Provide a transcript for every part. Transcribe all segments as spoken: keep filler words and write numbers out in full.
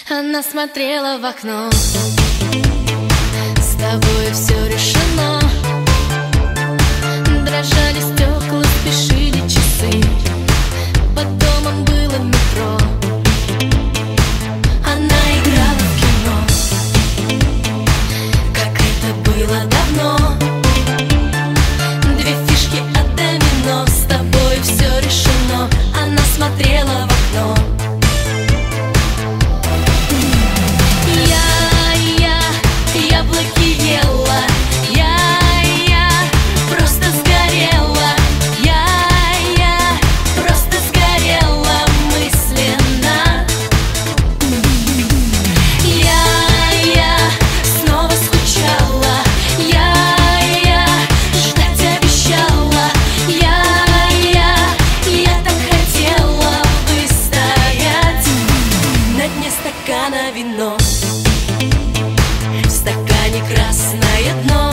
Она смотрела в окно. С тобой все решено. Дрожали стекла, спешили часы. Под домом было метро. Она играла в кино, как это было давно. Две фишки от домино. С тобой все решено. Она смотрела в окно. Вино. В стакане красное дно.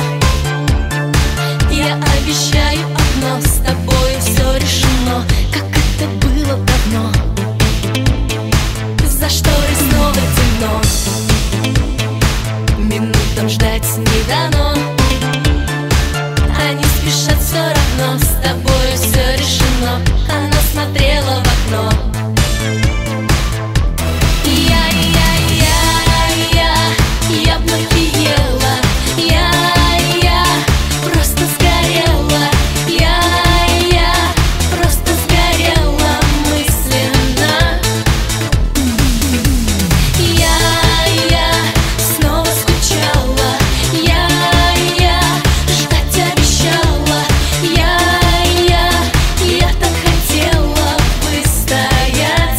Я обещаю одно: с тобой все решено, как это было давно. За шторой снова темно. Минутам ждать не дано. Они спешат все равно. С тобой все решено. Она смотрела в окно. Яблоки ела, я, я просто сгорела, я, я просто сгорела мысленно. Я, я снова скучала, я, я ждать обещала, я, я, я так хотела выстоять.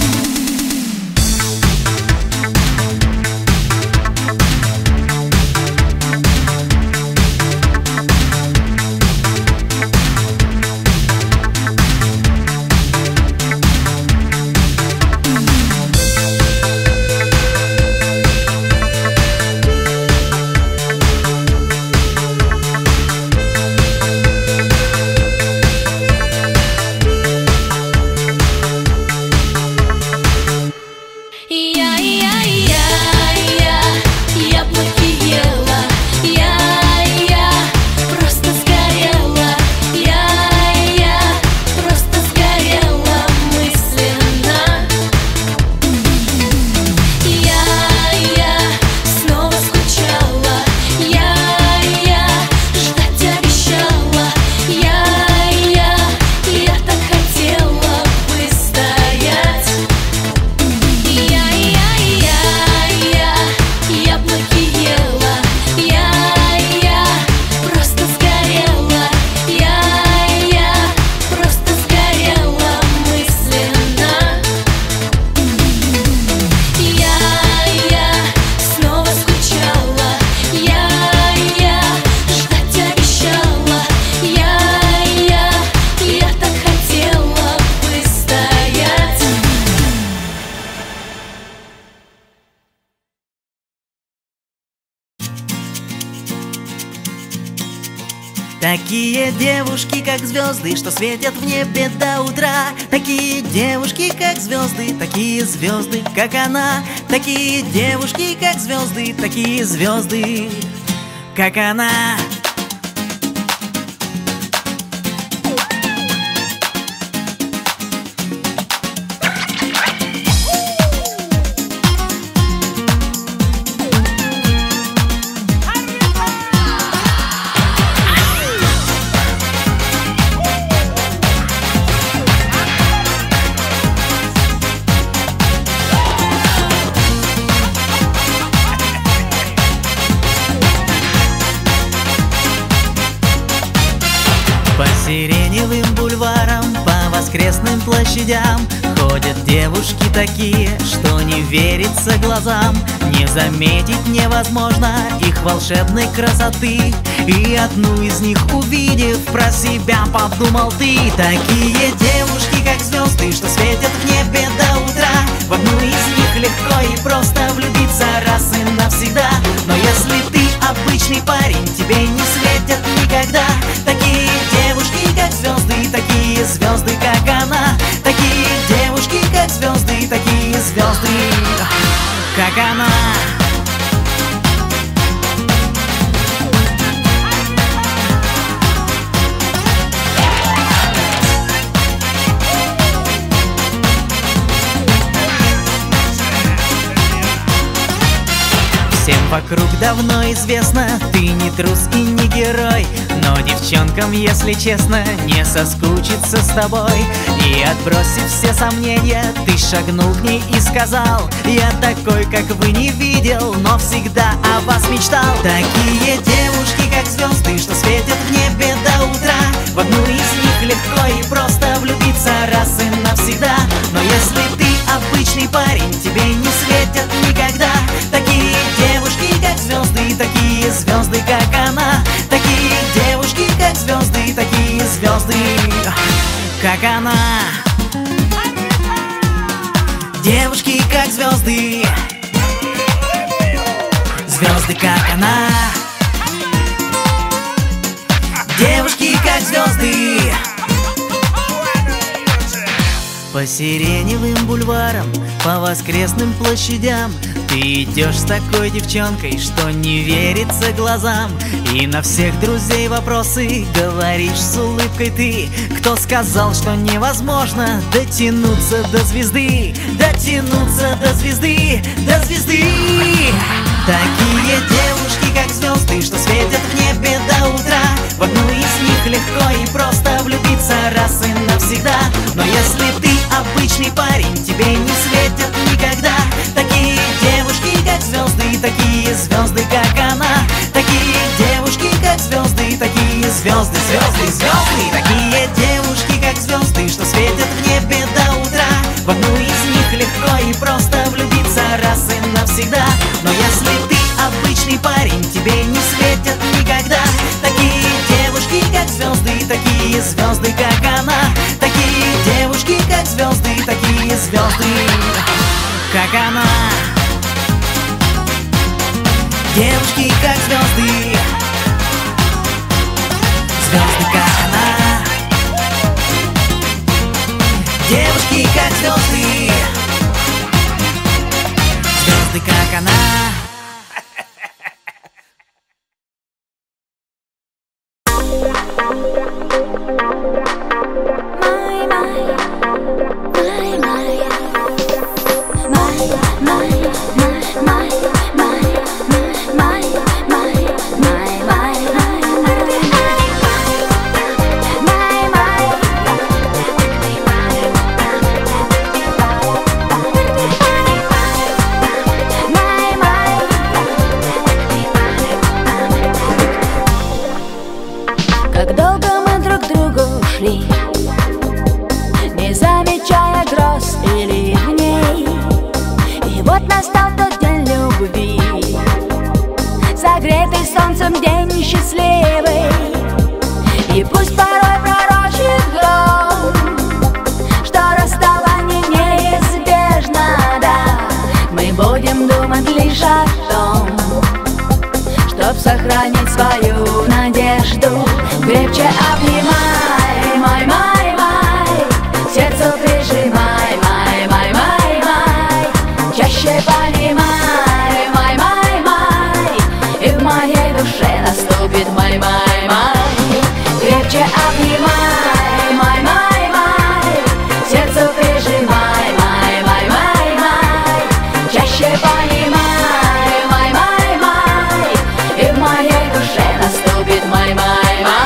Такие девушки, как звезды, что светят в небе до утра. Такие девушки, как звезды, такие звезды, как она. Такие девушки, как звезды, такие звезды, как она. По сиреневым бульварам, по воскресным площадям ходят девушки такие, что не верится глазам. Не заметить невозможно их волшебной красоты. И одну из них увидев, про себя подумал ты. Такие девушки, как звезды, что светят в небе до утра. В одну из них легко и просто влюбиться раз и навсегда. Но если ты обычный парень, тебе не светят никогда такие девушки, как звезды, такие звезды, как она. Такие девушки, как звезды, такие звезды. как она. Всем вокруг давно известно, ты не трус и не герой, но девчонкам, если честно, не соскучиться с тобой. И отбросив все сомнения, ты шагнул к ней и сказал: я такой, как вы, не видел, но всегда о вас мечтал. Такие девушки, как звезды, что светят в небе до утра. В одну из них легко и просто влюбиться раз и навсегда. Но если ты обычный парень, тебе не светят никогда такие девушки, как звезды, такие звезды, как она. Такие девушки, как звезды, такие звезды, как она. Девушки, как звезды, звезды, как она. Девушки, как звезды. По сиреневым бульварам, по воскресным площадям ты идешь с такой девчонкой, что не верится глазам. И на всех друзей вопросы говоришь с улыбкой ты. Кто сказал, что невозможно дотянуться до звезды? Дотянуться до звезды, до звезды. Такие девушки, как звезды, что светят в небе до утра. В одну из них легко и просто влюбиться раз и навсегда. Но если ты обычный парень, тебе не светят никогда такие девушки, как звезды, такие звезды, как она. Такие девушки, как звезды, такие звезды, звезды, звезды. Такие девушки, как звезды, что светят в небе до утра. В одну из них легко и просто влюбиться раз и навсегда. Но если ты обычный парень, тебе не светят никогда такие девушки, как звезды, такие звезды, как она. Такие девушки, как звезды, такие звезды, как она. Девушки, как звезды, звезды, как она. Девушки, как звезды, звезды, как она. Как долго мы друг к другу шли, не замечая гроз и ливней. И вот настал тот день любви, согретый солнцем день счастливый. И пусть порой пророчит гром, что расставание неизбежно, да, мы будем думать лишь о том, чтоб сохранить свою надежду. Крепче обнимай, май, май, май, сердцу прижимай, май, май, май, май, чаще понимай, май, май, май, и в моей душе наступит май, май, май. Крепче обнимай, май, май, май, сердцу прижимай, май, май, май, май, чаще понимай, май, май, май, и в моей душе наступит май, май, май.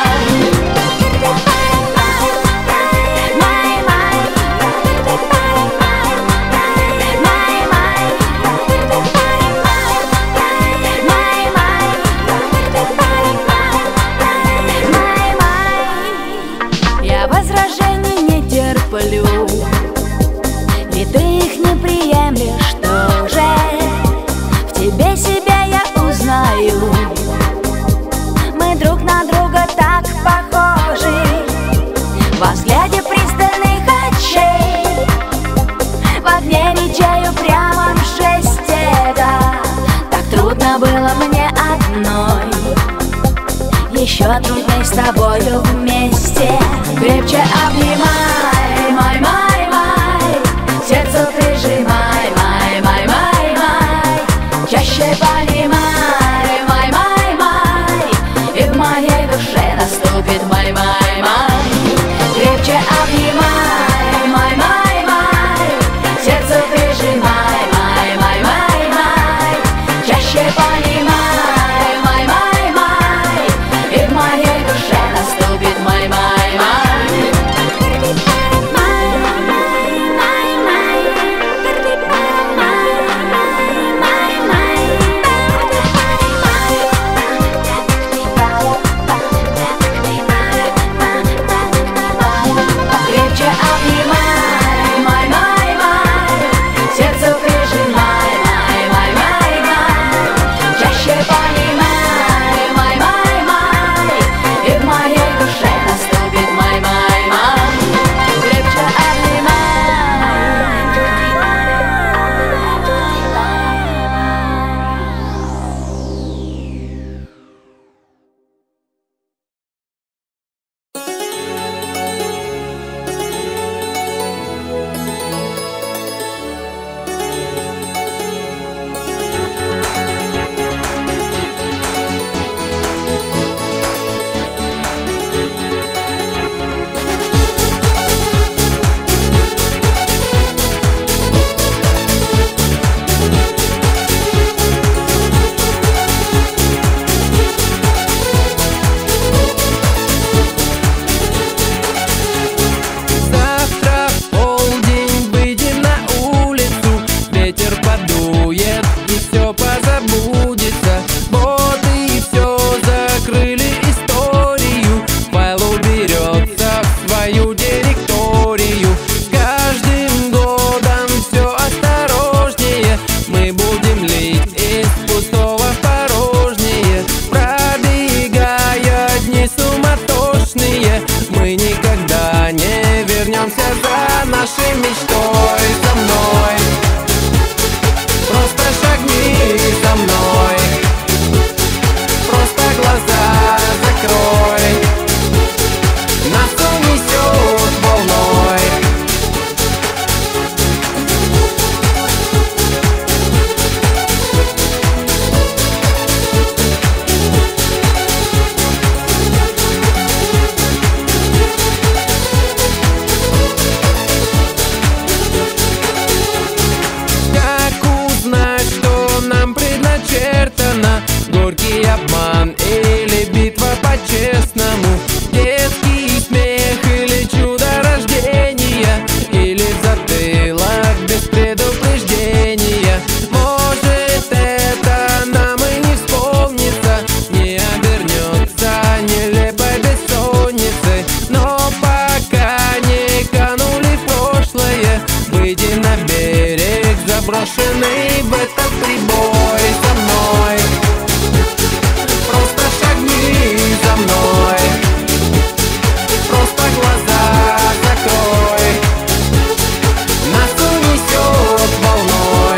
Я возражений не терплю, и ты их не приемлешь тоже. В тебе себя я узнаю, мы друг на друга так похожи. Во взгляде пристальных очей, в огне речей упрямом жесте, да. Так трудно было мне одной, еще трудней с тобою вместе. Крепче обнимай, май, май, май, сердцу прижимай, май, май, май, май, тишины в этот прибой со мной. Просто шагни за мной, просто глаза закрой, нас унесет волной.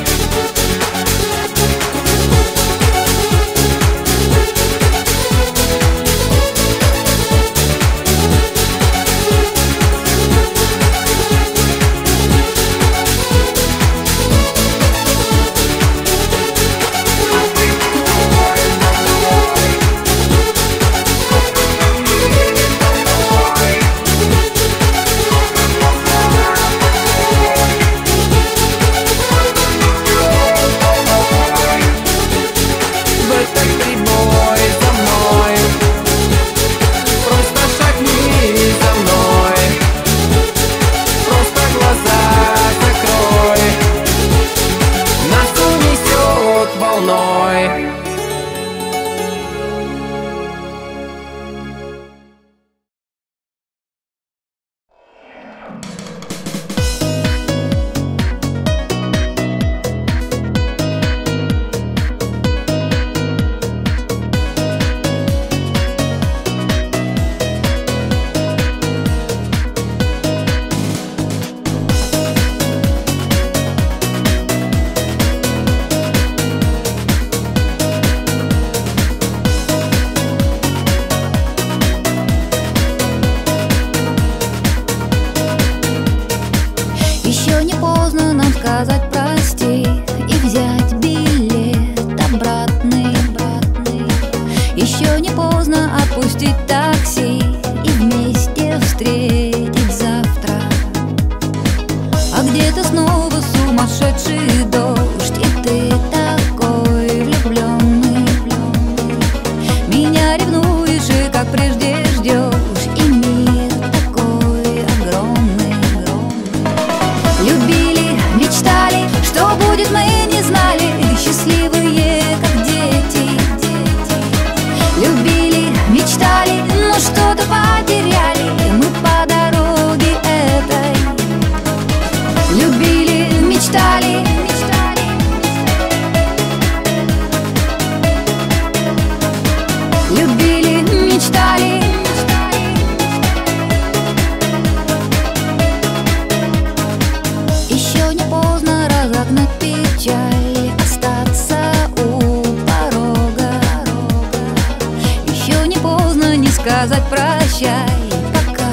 Сказать прощай, пока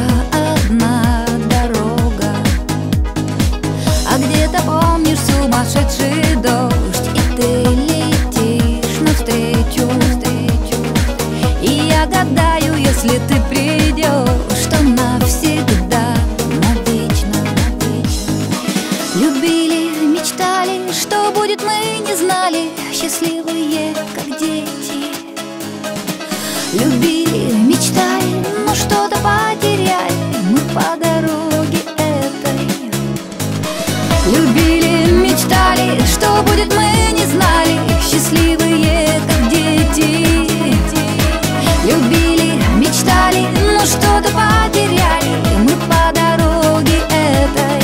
одна дорога. А где-то помнишь сумасшедший дождь, и ты летишь навстречу, навстречу. И я гадаю, если ты придешь, что навсегда, навечно, навечно. Любили, мечтали, что будет, мы не знали, счастливые, как дети. Любили, мечтали, но что-то потеряли мы по дороге этой. Любили, мечтали, что будет, мы не знали, счастливые, как дети. Любили, мечтали, но что-то потеряли мы по дороге этой.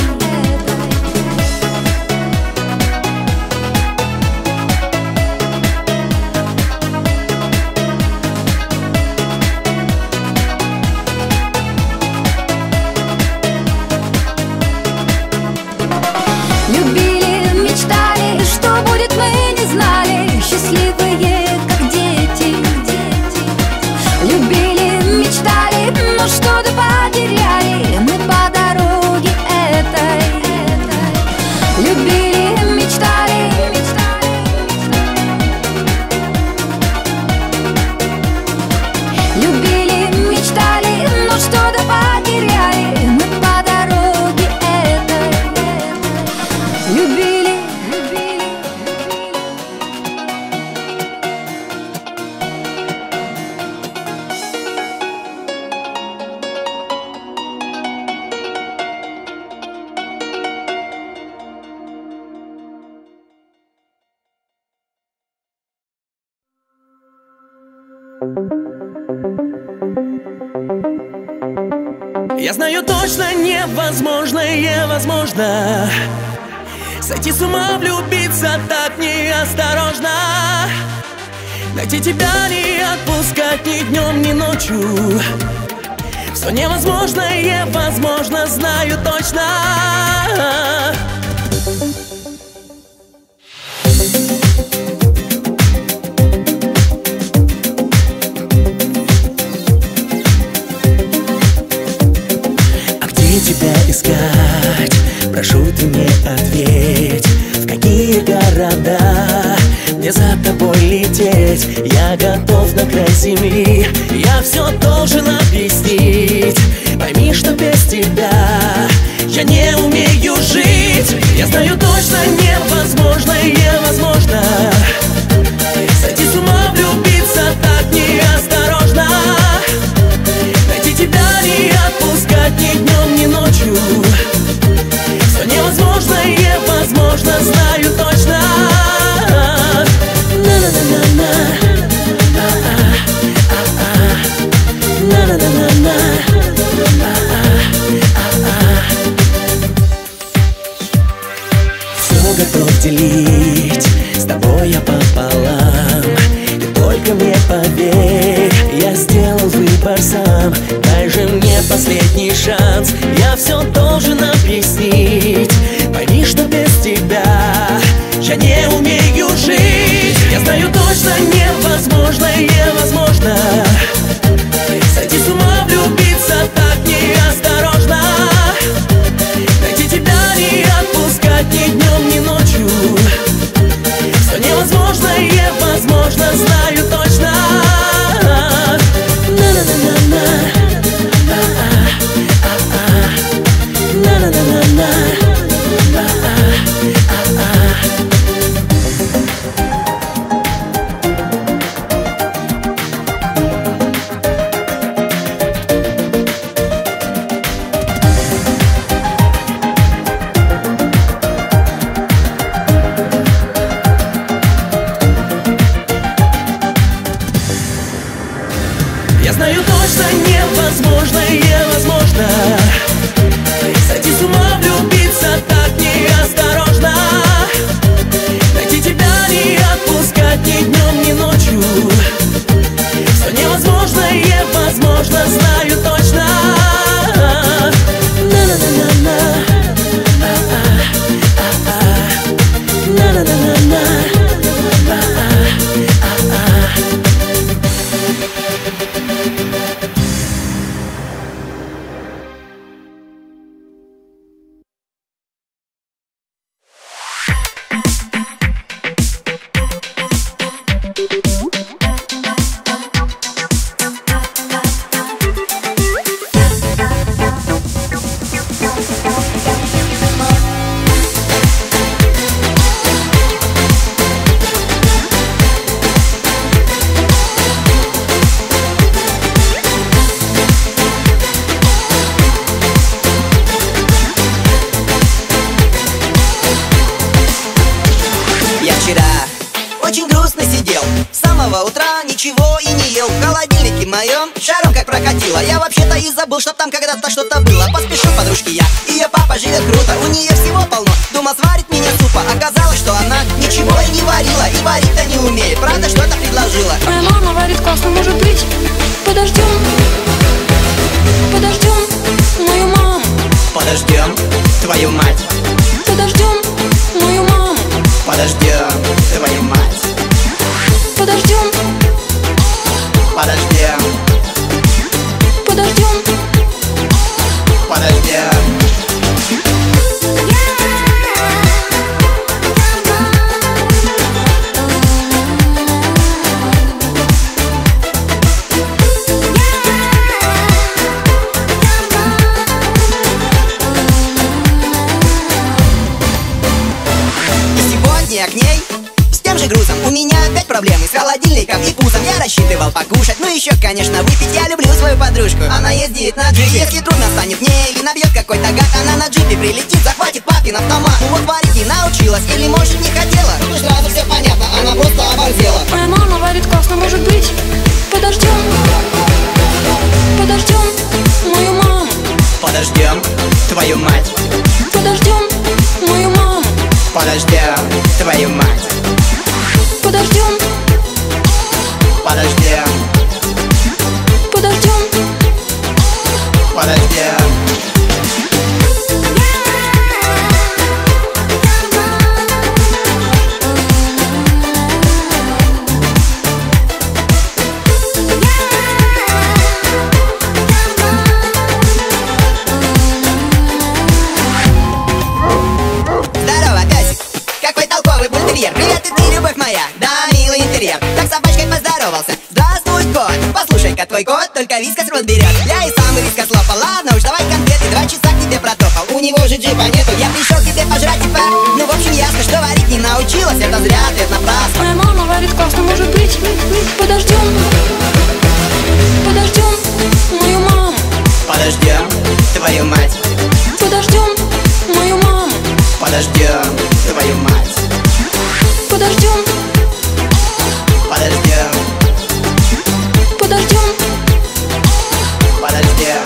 Что-то потеряли мы по дороге этой. Любили, мечтали, любили, мечтали, но что-то потеряли мы по дороге этой. Любили, любили. Я знаю точно, невозможное возможно. Сойти с ума, влюбиться так неосторожно. Найти тебя, не отпускать ни днем, ни ночью. Все невозможное возможно, знаю точно. А где тебя искать? Прошу, ты мне ответь. В какие города мне за тобой лететь? Я готов на край земли, я все должен объяснить. Пойми, что без тебя я не умею жить. Я знаю точно, невозможное возможно. Сойти с ума, влюбиться так неосторожно. Найти тебя, не отпускать ни днем, ни ночью. Все невозможное возможно, знаю точно. Все готов делить с тобой я пополам. Ты только мне поверь, я сделал выбор сам. Дай же мне последний шанс, я все должен объяснить. Пойми, что без тебя я не умею жить. Я знаю точно, невозможное возможно. Сойти с ума, влюбиться так неосторожно. Найти тебя, не отпускать ни днем, ни ночью. Все невозможное возможно, знаю точно. Я знаю точно, невозможное возможно. Сойти с ума, влюбиться так неосторожно. Найти тебя, не отпускать ни днем, ни ночью. Все невозможное возможно, знаю точно. Очень грустно сидел, с самого утра ничего и не ел. В холодильнике моем шаром как прокатило. Я вообще-то и забыл, что там когда-то что-то было. Поспешил к подружке я, ее папа живет круто. У нее всего полно, думал сварит мне супа. Оказалось, что она ничего и не варила, и варить-то не умеет, правда что-то предложила. Моя мама варит классно, может быть. Подождем, подождем мою маму. Подождем твою мать. Подождем мою маму. Подождем твою мать. Подождем, Подождем, подождем, подождем. И сегодня я к ней с тем же грузом. У меня опять проблемы с холодильником и пузом. Я рассчитывал покушать, ну еще, конечно, выпить. Я люблю свою подружку, она ездит на джипе. Если трудно станет мне или набьет какой-то гад, она на джипе прилетит, захватит папин автомат. Ну вот варить не научилась или может не хотела. Ну сразу все понятно, она просто оборзела. моя мама варит классно, может быть. Подождем, подождем мою маму. Подождем твою мать. Подождем мою маму. Подождем твою мать. Подождем, Подождем, подождем, подождем. Здорово, песик, какой толковый бультерьер. Привет, и ты, любовь моя, да, милый интерьер. Так с собачкой поздоровался. Здравствуй, кот. Послушай-ка, твой кот только вискас рот берет. Я и сам вискас лопал. Ладно уж, давай конфеты, два часа к тебе протопал. У него же джипа нету, я пришел к тебе пожрать, типа. Ну, в общем, ясно, что варить не научилась. Это зря, ответ напрасно. моя мама варит классно, может быть. Подождем, подождем мою маму. Подождем твою мать. Подождем мою маму. Подождем твою мать. Подождем, Подождем, подождем, подождем.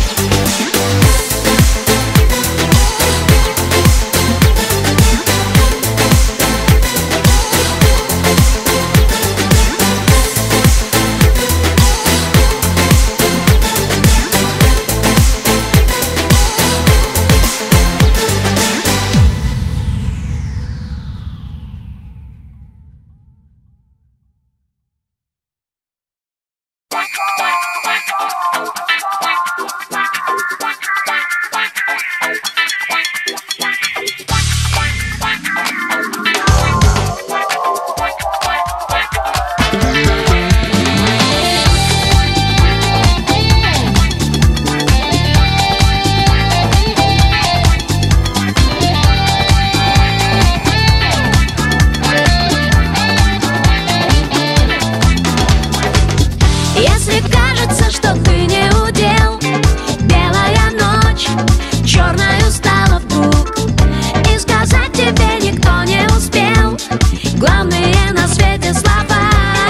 Если кажется, что ты не удел, белая ночь черною стала вдруг, и сказать тебе никто не успел главные на свете слова.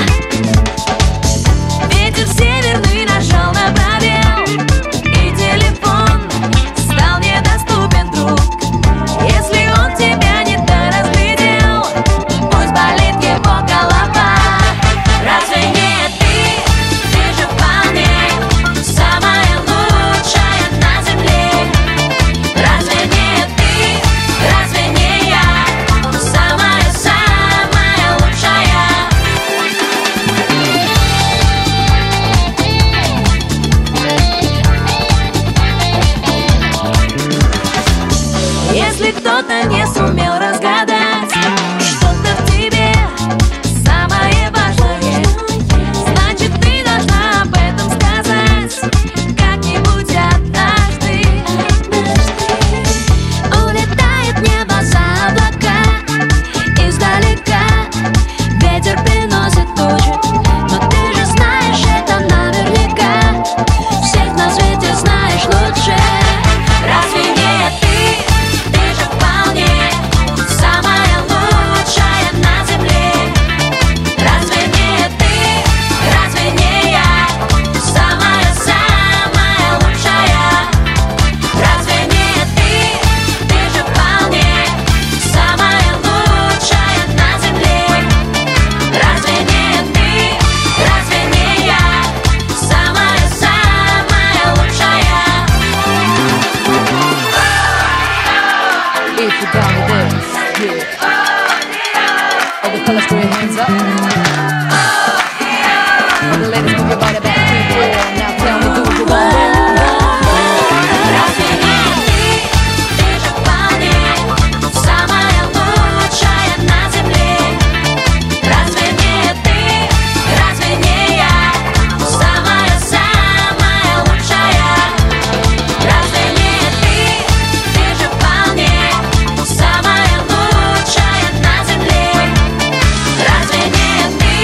Ветер северный нашел на пробел, и телефон стал недоступен, друг. Если он тебя не доразглядел, пусть болит его голова. Разве не ты? Ты же вполне самая лучшая на земле. Разве не ты? Разве не я? Самая-самая лучшая. Если кто-то не сумел разгадать что-то в тебе самое важное, значит, ты должна об этом сказать как-нибудь однажды. Улетает небо за облака, издалека ветер приносит тучи, но ты же знаешь это наверняка, всех на свете знаешь лучше. Разве не ты? Ты же вполне самая лучшая на земле. Разве не ты? Разве не я? Самая-самая лучшая. Разве не ты? Ты же вполне самая лучшая на земле. Разве не ты? Разве не я? Самая-самая лучшая. If you're down with this, yeah. All the fellas throw your hands up. All the ladies move your body back, three, four. Now tell me, do what you want to do. Разве не ты? Ты же вполне самая лучшая на земле. Разве не ты? Разве не я? Самая-самая лучшая. Разве не ты? Ты же вполне самая лучшая на земле. Разве не ты?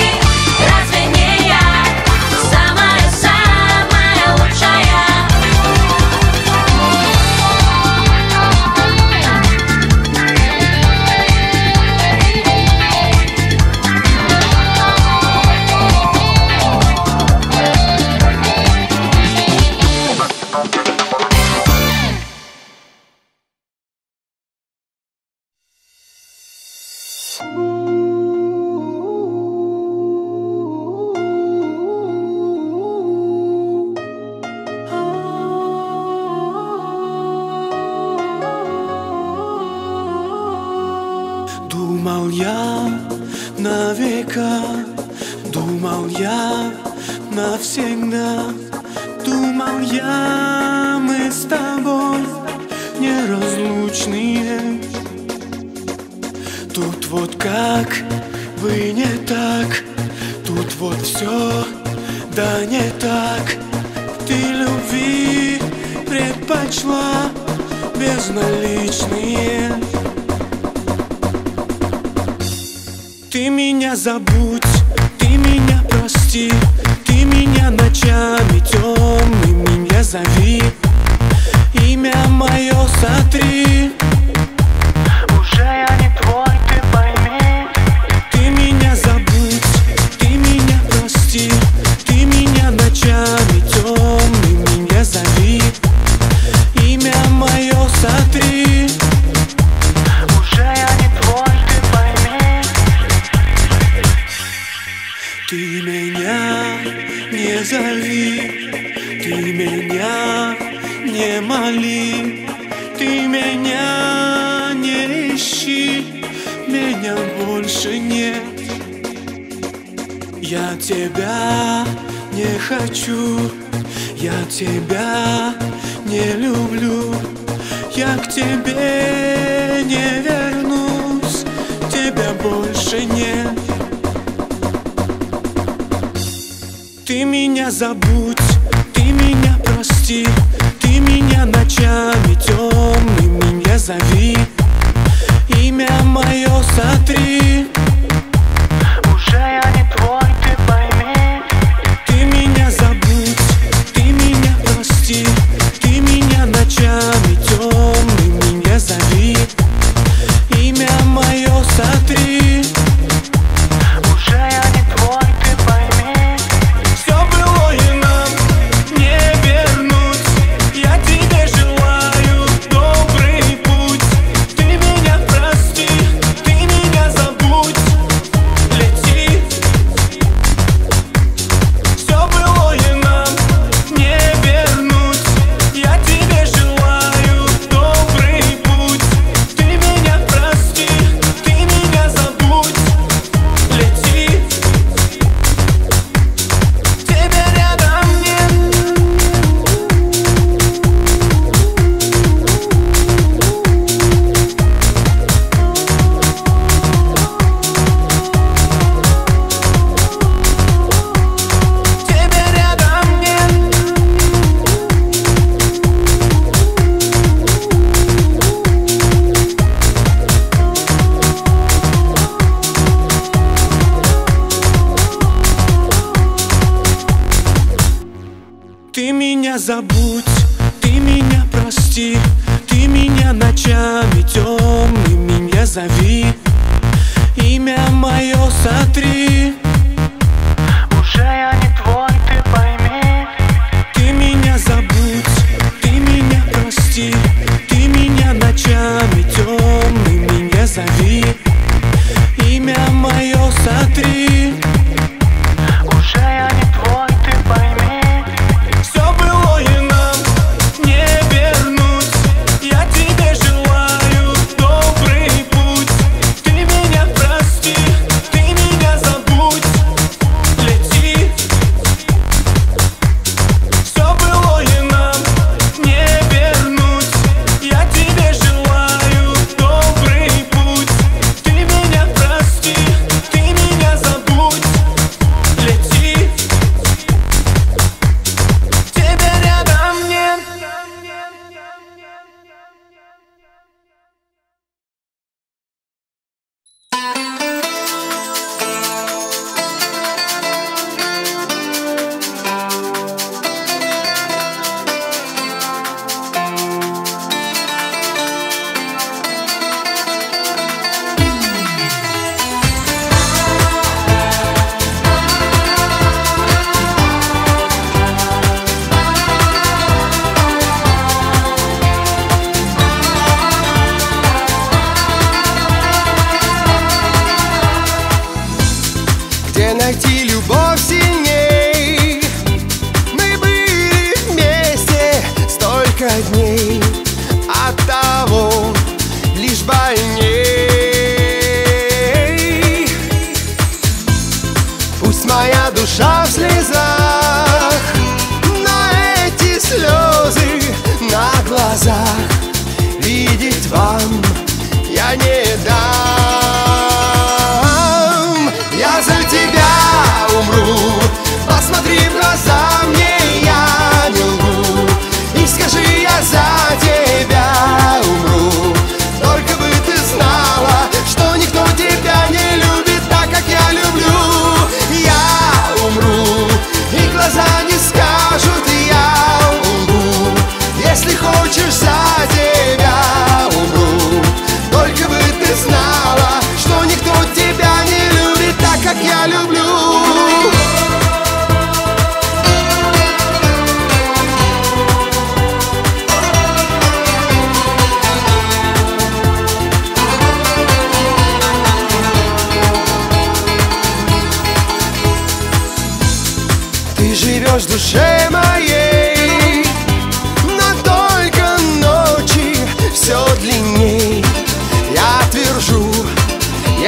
Думал я на века, думал я навсегда, думал я, мы с тобой неразлучные. Тут вот как бы не так, тут вот все да не так. Ты любви предпочла безналичные. Ты меня забудь, ты меня прости, ты меня ночами темными не зови, имя мое сотри. Уже я не твой, ты пойми. Ты меня забудь, ты меня прости, ты меня ночами темными не зови, имя мое сотри. Уже я не твой, ты пойми. Ты меня не зови, ты меня не моли, ты меня не ищи, меня больше нет. Я тебя не хочу, я тебя не люблю, я к тебе не вернусь, тебя больше нет. Ты меня забудь, ты меня прости, ты меня ночами темными не зови, имя мое сотри. Уже я не твой, ты пойми. Ты меня забудь, ты меня прости, ты меня ночами темными не зови, имя мое сотри. Уже я не твой, ты пойми. Все было и нам не вернуть. Я тебе желаю добрый путь. Ты меня прости, ты меня забудь. Лети. Все было и нам не вернуть. Я тебе желаю добрый путь. Ты меня прости, ты меня забудь. Лети. Тебя рядом нет. Тебя рядом нет. Ты меня забудь, ты меня прости, ты меня ночами темными не зови, имя мое сотри. Уже я не твой, ты пойми. Ты меня забудь, ты меня прости, ты меня ночами темными не зови, имя мое сотри. Уже я не твой, ты пойми. Все было и нам не вернуть. Я тебе желаю добрый путь. Ты меня прости, ты меня забудь. Лети. Все было и нам не вернуть. Я тебе желаю добрый путь. Ты меня прости, ты меня забудь. моя душа в слезах. На эти слезы на глазах видеть вам я не дам. Я за тебя умру, посмотри в глаза мне, я не лгу. И скажи, я за тебя умру. Только бы ты знала, что никто тебя не любит так, как я люблю. Я умру, и глаза не скажут, я лгу. Если хочешь, за тебя умру. Только бы ты знала, что никто тебя не любит так, как я люблю. Ты живешь в душе моей, но только ночи все длинней. Я твержу, я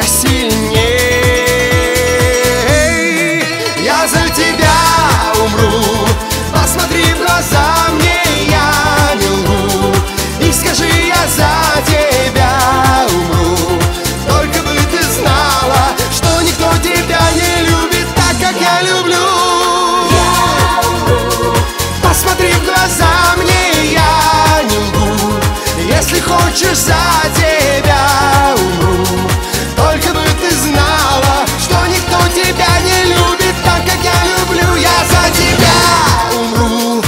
сильней. Я за тебя умру, посмотри в глаза мне, я не лгу. И скажи, я за тебя умру. Только бы ты знала, что никто тебя не любит так, как я люблю. Посмотри в глаза мне, я не лгу. Если хочешь, за тебя умру. Только бы ты знала, что никто тебя не любит так, как я люблю. Я за тебя умру.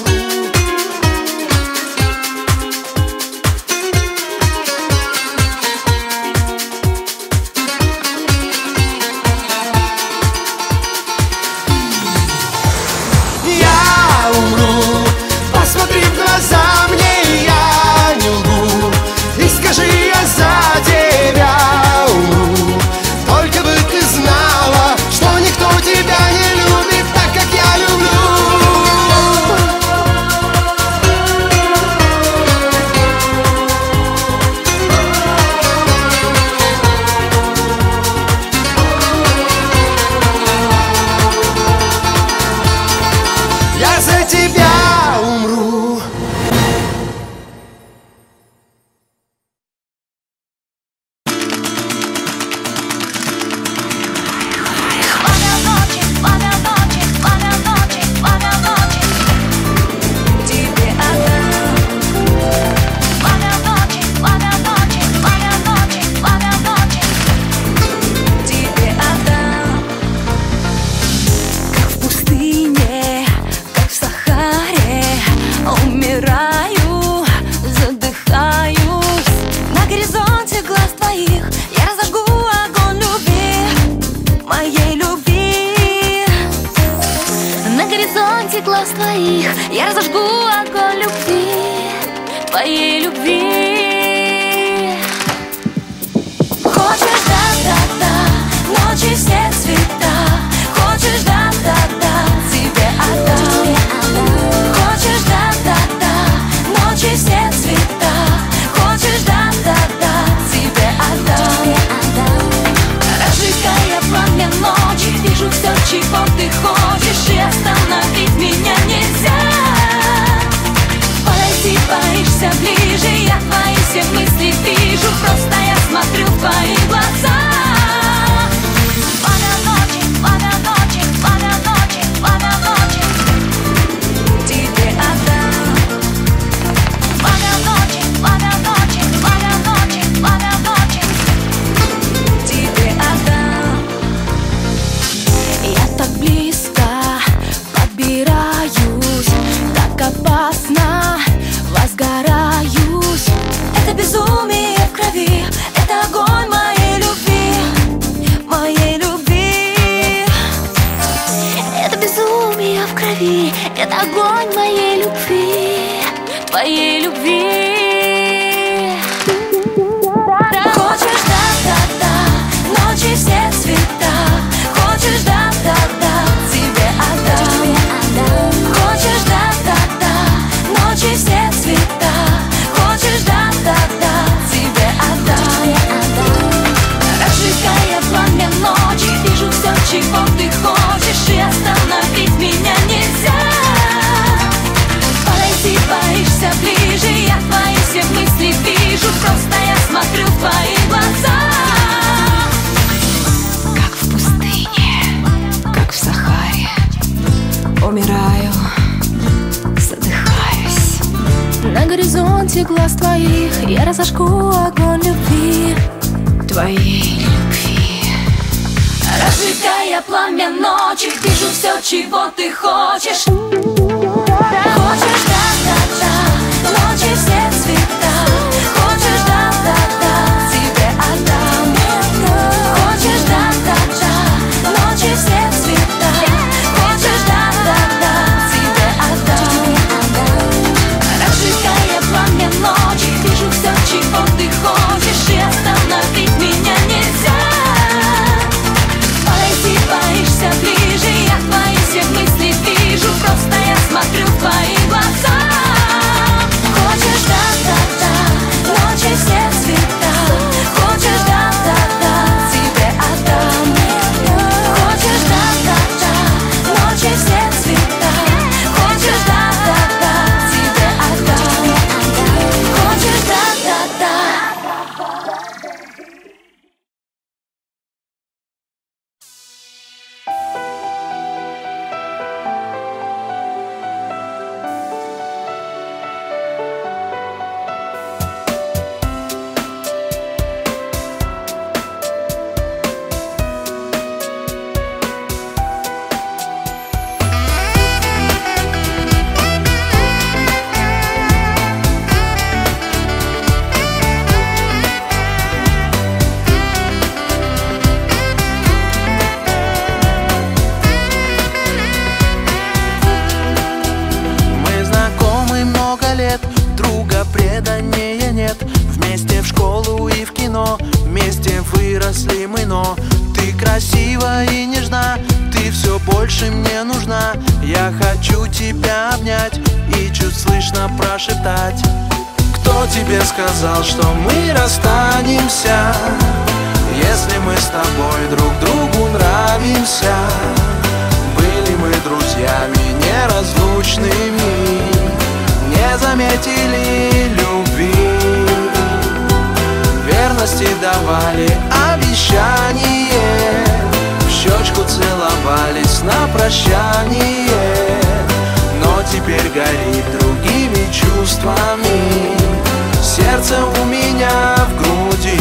Я умру, посмотри в глаза мне, я не лгу. И скажи, я за тебя умру. Только бы ты знала, что никто тебя не любит так, как я люблю. Я за тебя умру. Пламя ночи, пламя ночи, пламя ночи, пламя ночи, тебе отдам. Пламя ночи, пламя ночи, пламя ночи, пламя ночи, тебе отдам. Как в пустыне, как в Сахаре, умираю, задыхаюсь. На горизонте глаз твоих я разожгу огонь любви, моей любви. На горизонте глаз твоих я разожгу огонь любви, твоей любви. Хочешь, да-да-да, ночи все цвета. Хочешь, да-да-да, тебе отдам. Хочешь, да-да-да, ночи все цвета. Хочешь, да-да-да, тебе отдам. Разжигая пламя ночи, вижу все, чего ты хочешь, и остановить меня нельзя. Подойти боишься ближе, я твои все мысли вижу, просто я смотрю в твои глаза. Пламя ночи, пламя ночи, пламя ночи, пламя ночи, тебе отдам. Пламя ночи, пламя ночи, пламя ночи, пламя ночи, тебе отдам. Я так близко подбираюсь, так опасно возгораюсь. Это безумие в крови, это огонь моей любви, моей любви. Это безумие в крови, это огонь моей любви, твоей любви. Хочешь, да-да-да, ночи все цвета. Хочешь, да-да-да, тебе отдам. Хочешь, да-да-да, ночи все цвета. Хочешь, да-да-да, тебе отдам. Разжигая пламя ночи, вижу все, чего ты хочешь. умираю, задыхаюсь. На горизонте глаз твоих я разожгу огонь любви, твоей любви. Разжигая пламя ночи, вижу все, чего ты хочешь. Хочешь, да-да-да, в ночи все цвета. Хочешь, да-да-да, тебе отдам. Хочешь, да-да-да, в ночи все цвета. Хочешь, да-да-да, тебе отдам. Разжигая пламя ночи, вижу все, чего ты хочешь, и остановить меня нельзя. Подойти боишься ближе, я твои все мысли вижу, просто я смотрю в твои глаза. Хочешь, да-да-да, ночи все цвета. Хочешь, да-да-да, тебе отдам. Хочешь, да-да-да, ночи все цвета. Хочешь, да-да-да, тебе отдам. Хочешь, да-да-да. Мы знакомы много лет, друга предания нет. Вместе в школу и в кино, вместе выросли мы, но ты красива и нежна, ты все больше мне нужна. Я хочу тебя обнять и чуть слышно прошептать. Кто тебе сказал, что мы расстанемся, если мы с тобой друг другу нравимся? Были мы друзьями неразлучными, не заметили любви. Верности давали обещание, в щечку целовались на прощание. Но теперь горит другими чувствами, сердце у меня в груди.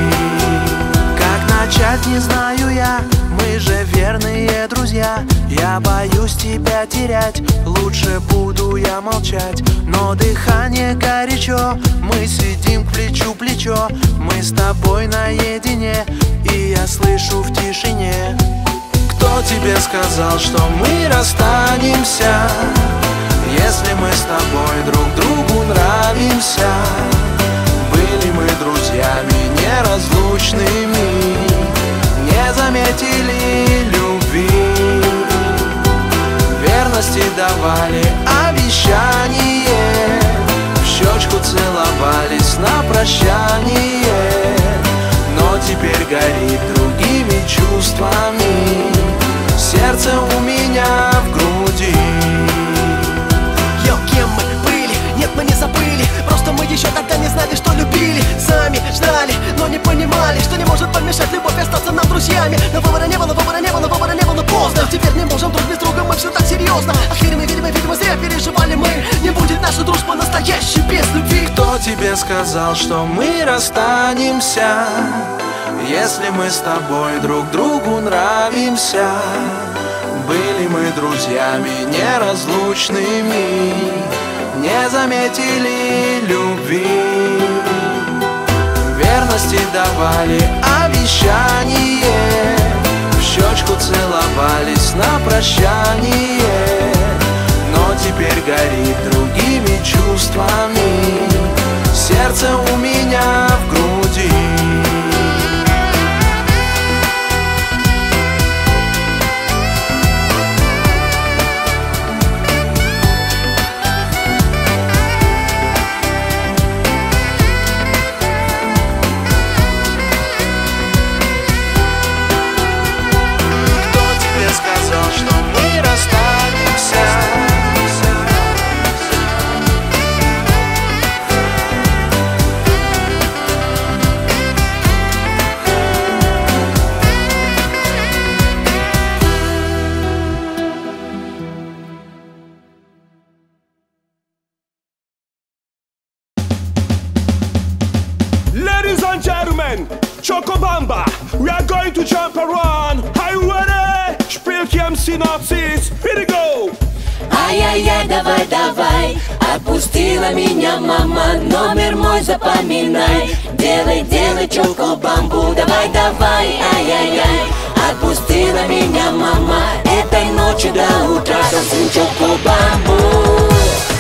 Как начать, не знаю я, мы же верные друзья. Я боюсь тебя терять, лучше буду я молчать. Но дыхание горячо, мы сидим плечу плечо. Мы с тобой наедине, и я слышу в тишине. Кто тебе сказал, что мы расстанемся, если мы с тобой друг другу нравимся? Были мы друзьями неразлучными, не заметили любви. Верности давали обещание, в щечку целовались на прощание. Но теперь горит другими чувствами, сердце у меня в груди. Йо, кем мы были? Нет, мы не забыли, просто мы еще тогда не знали, что любили. Сами ждали, но не понимали, что не может помешать любовь остаться нам друзьями. Но выбора не было, выбора не было, выбора не было, поздно. Теперь не можем друг без друга, мы все так серьезно. Ах, видимо, видимо, видимо, зря переживали мы. Не будет наша дружба настоящей без любви. Кто тебе сказал, что мы расстанемся, если мы с тобой друг другу нравимся? Были мы друзьями неразлучными, не заметили любви. Верности давали обещание, в щечку целовались на прощание. Но теперь горит другими чувствами, сердце у меня в груди. Что мы расстанемся, Chocobamba. We are going to jump around. Are you ready? Шпильки синопсис. Here we go. Ай-яй-яй, давай, давай, отпустила меня мама, номер мой запоминай. Делай, делай чокобамбу, давай, давай, ай-яй-яй, отпустила меня мама, этой ночи до утра танцуем чокобамбу.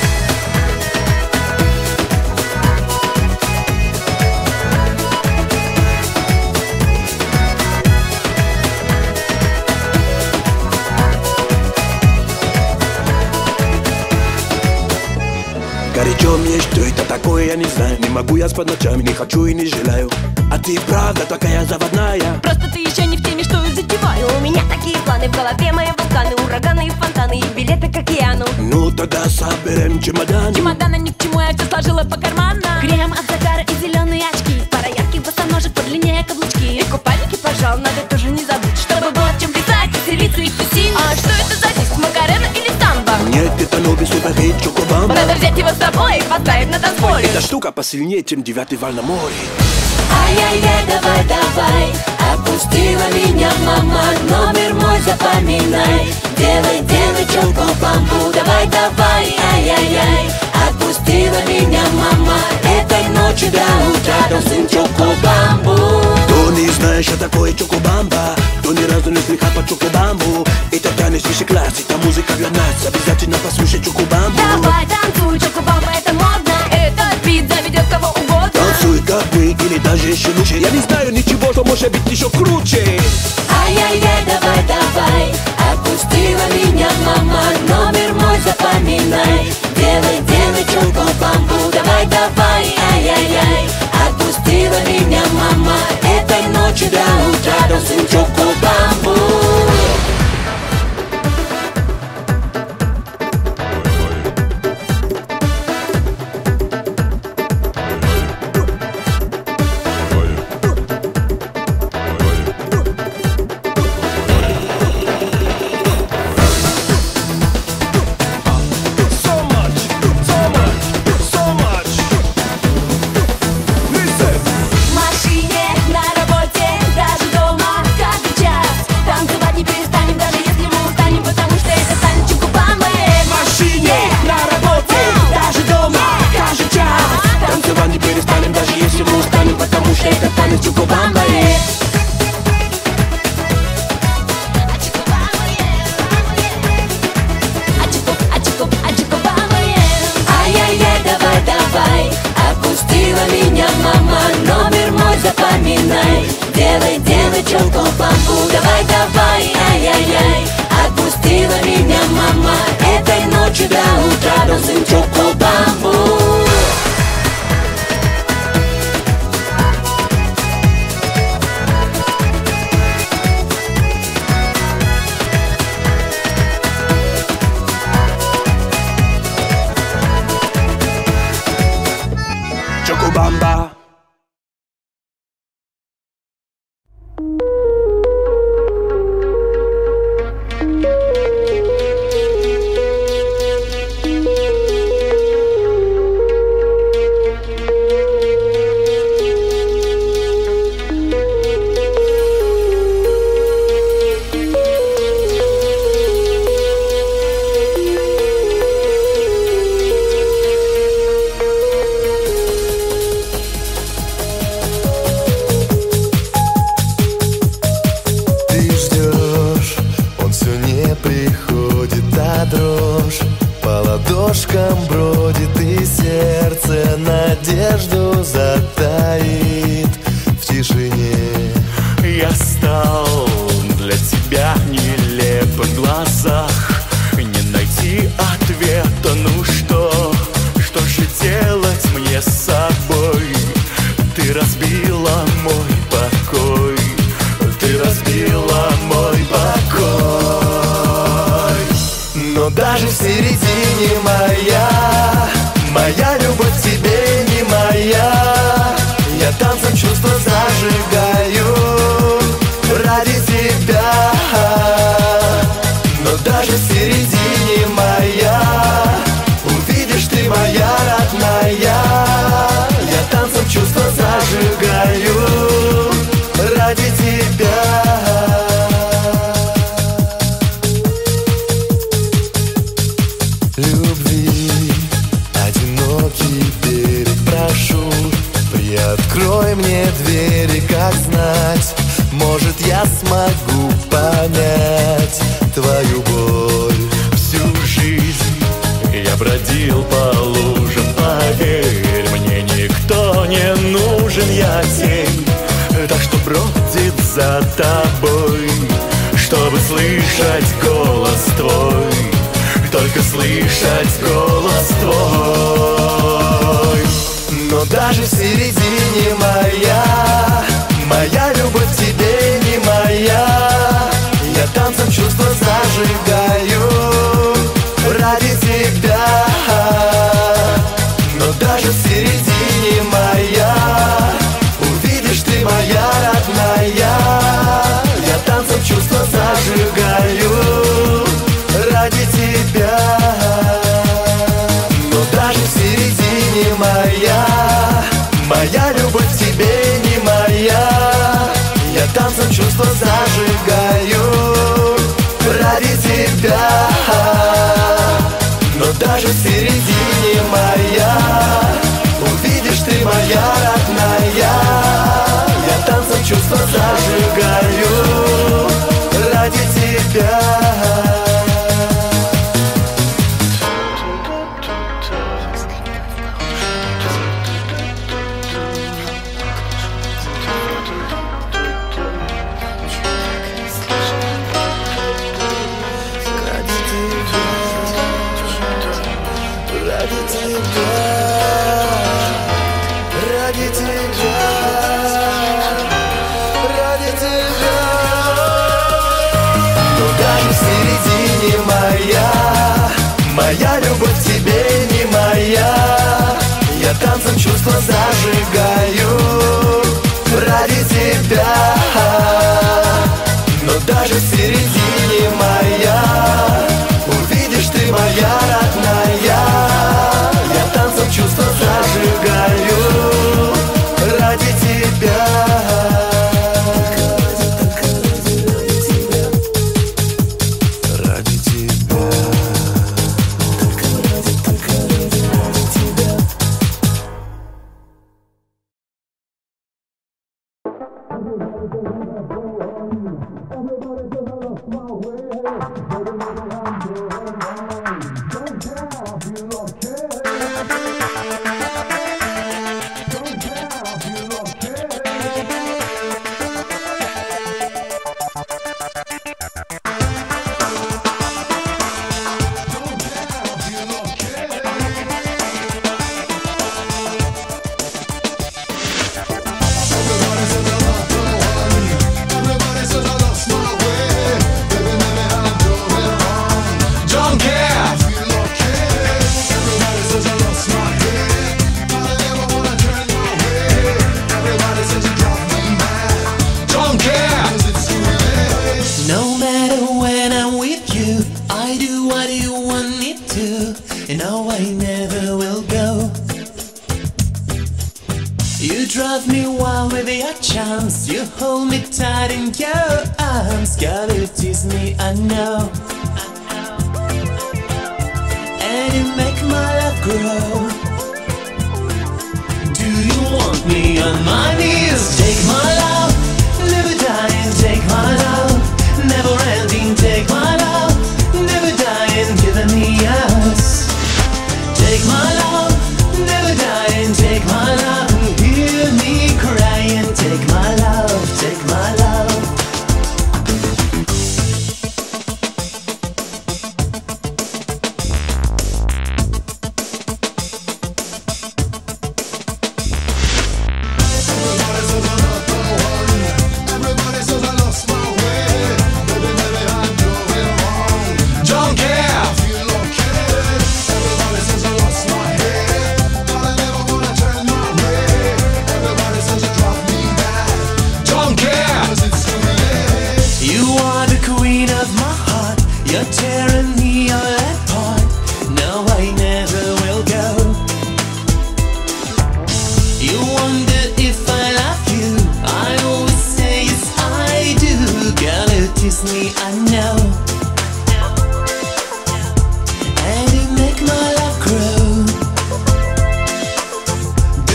Горячо мне, что это такое, я не знаю. Не могу я спать ночами, не хочу и не желаю. А ты правда такая заводная. Просто ты еще не в теме, что я затеваю. У меня такие планы в голове, мои вулканы, ураганы и фонтаны, и билеты к океану. Ну тогда соберем чемодан. Чемодана ни к чему, я все сложила по карманам. Крем от загара и зеленые очки, пара ярких босоножек, подлиннее каблучки. И купальники, пожалуй, надо тоже не забыть, чтобы было в чем писать, веселиться и тусить. А что это за диск, Макарена или самбо? Нет, это новый суперхит Чокобамба. Надо взять его с собой и поставить на танцполе. Эта штука посильнее, чем девятый вал на море. Ай-яй-яй, давай, давай, отпустила меня мама, номер мой запоминай. Делай, делай чокобамбу, давай, давай, ай-яй-яй, отпустила меня мама, этой ночи до утра танцуем чокобамбу. Кто не знает, что такое Чокобамба, кто ни разу не слыхал по Чокобамбу, это танец высший класс, это музыка для нас, обязательно послушай Чокобамбу. Давай, танцуй, чокобамба, это модно, этот бит заведет кого угодно. Танцуй как мы, или даже еще лучше. Я не знаю ничего, что может быть еще круче. Ай-яй-яй, давай, давай, отпустила меня мама, номер мой запоминай. Делай, делай чокобамбу, давай, давай, ай-яй-яй, отпустила меня мама, этой ночи до утра танцуем чокобамбу. В машине, на работе, даже дома, каждый час. Танцевать не перестанем, даже если мы устанем, потому что это танец Чокобамбы. В машине, на работе, даже дома, каждый час. Танцевать не перестанем, даже если мы устанем, потому что это танец Чокобамбы. Ай-яй-яй, давай, давай, отпустила меня мама, номер мой запоминай. Делай, делай чокобамбу, давай, давай, ай-яй-яй, отпустила меня мама, этой ночи до утра танцуем чокобамбу. Чокобамба. Ты ждешь, он все не приходит, а дрожь по ладошкам бродит, и сердце надежду затаит в тишине. Я стал для тебя нелеп в глазах, не найти ответа, ну что, что же делать мне с собой? Ты разбила мой покой, ты разбила мой покой. Но даже в середине моя, моя любовь к тебе не моя. Я танцем чувства зажигаю ради тебя. Но даже в середине моя, увидишь ты моя родная. Я танцем чувства зажигаю смогу понять твою боль. Всю жизнь я бродил по лужам, поверь мне, никто не нужен, я тень. Так что бродит за тобой, чтобы слышать голос твой, только слышать голос твой. Но даже в середине моя, моя любовь к тебе не моя. Я танцем чувства зажигаю ради тебя. Но даже в середине моя, увидишь ты моя родная. Я танцем чувства зажигаю ради тебя. Но даже в середине моя, моя любовь к тебе не моя. Я танцем чувства зажигаю ради тебя. Но даже в середине моя, увидишь ты моя родная. Я танцем чувства зажигаю ради тебя. Моя любовь к тебе не моя. Я танцем чувства зажигаю ради тебя. Но даже в середине моя, увидишь ты моя родная. Я танцем чувства зажигаю ради тебя.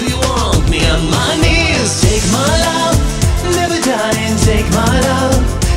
Take my love, never die and take my love.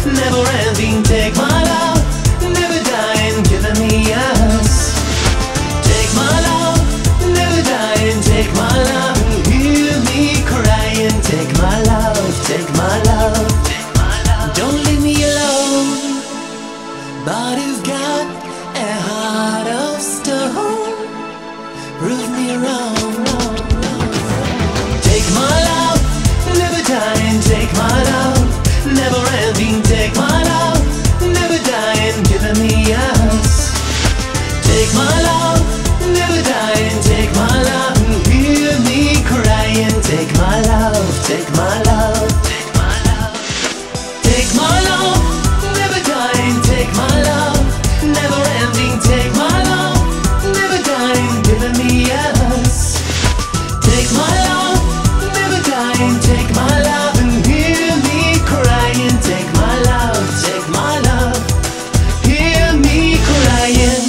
ending. Take my love, never dying, giving me us. Take my love, never dying. Take my love, and hear me crying. Take my love, take my love, take my love. Take my love, never dying. Take my love, never ending. Take my love, never dying, giving me us. Take my love, never dying. Take my love, and hear me crying. Take my love, take my love, hear me crying.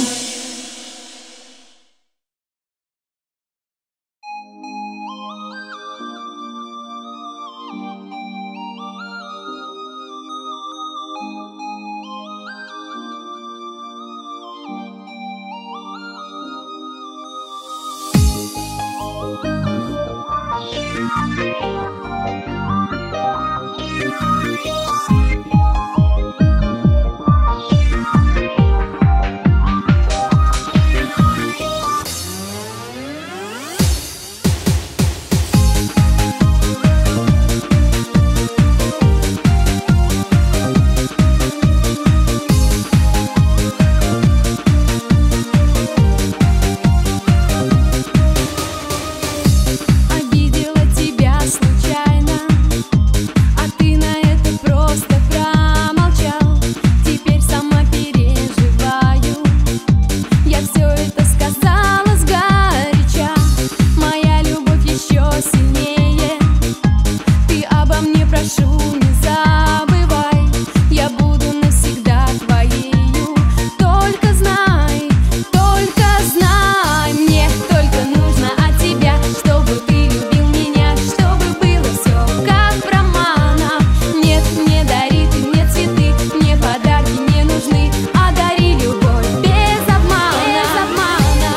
Обидела тебя случайно, а ты на это просто промолчал. Теперь сама переживаю, я все это сказала сгоряча. Моя любовь еще сильнее, ты обо мне прошу не забывай. Я буду навсегда твоею, только знай, только знай. Мне только нужно от тебя, чтобы ты любил меня, чтобы было все как в романах. Нет, не дари ты мне цветы, мне подарки не нужны, а дари любовь без обмана, без обмана.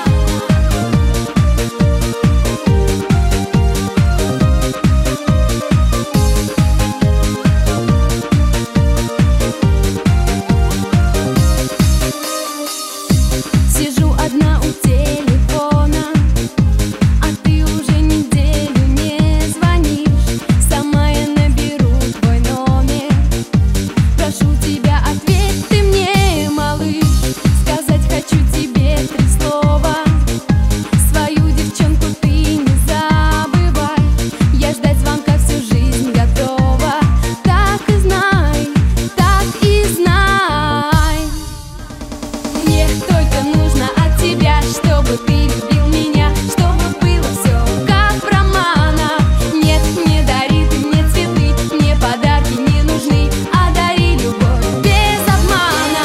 Сижу одна у телефона, а ты уже неделю не звонишь. Сама я наберу твой номер, прошу тебя, ответь ты мне, малыш. Сказать хочу тебе три слова, свою девчонку ты не забывай. Я ждать звонка всю жизнь готова, так и знай, так и знай. Мне только нужно от тебя, чтобы ты любил меня, чтобы было все как в романах. Нет, не дари ты мне цветы, мне подарки не нужны, а дари любовь без обмана.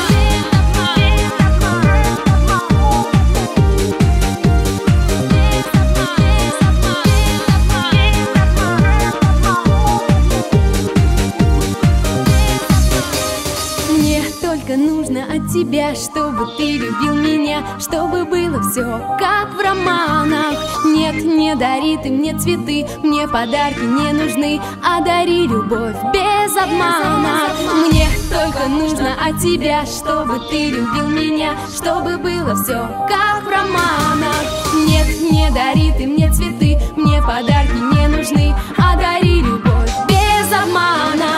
Мне только нужно от тебя, чтобы ты любил меня, чтобы было все как в романах. Нет, не дари ты мне цветы, мне подарки не нужны, а дари любовь без обмана. Мне только нужно от тебя, чтобы ты любил меня, чтобы было все как в романах. Нет, не дари ты мне цветы, мне подарки не нужны, а дари любовь без обмана.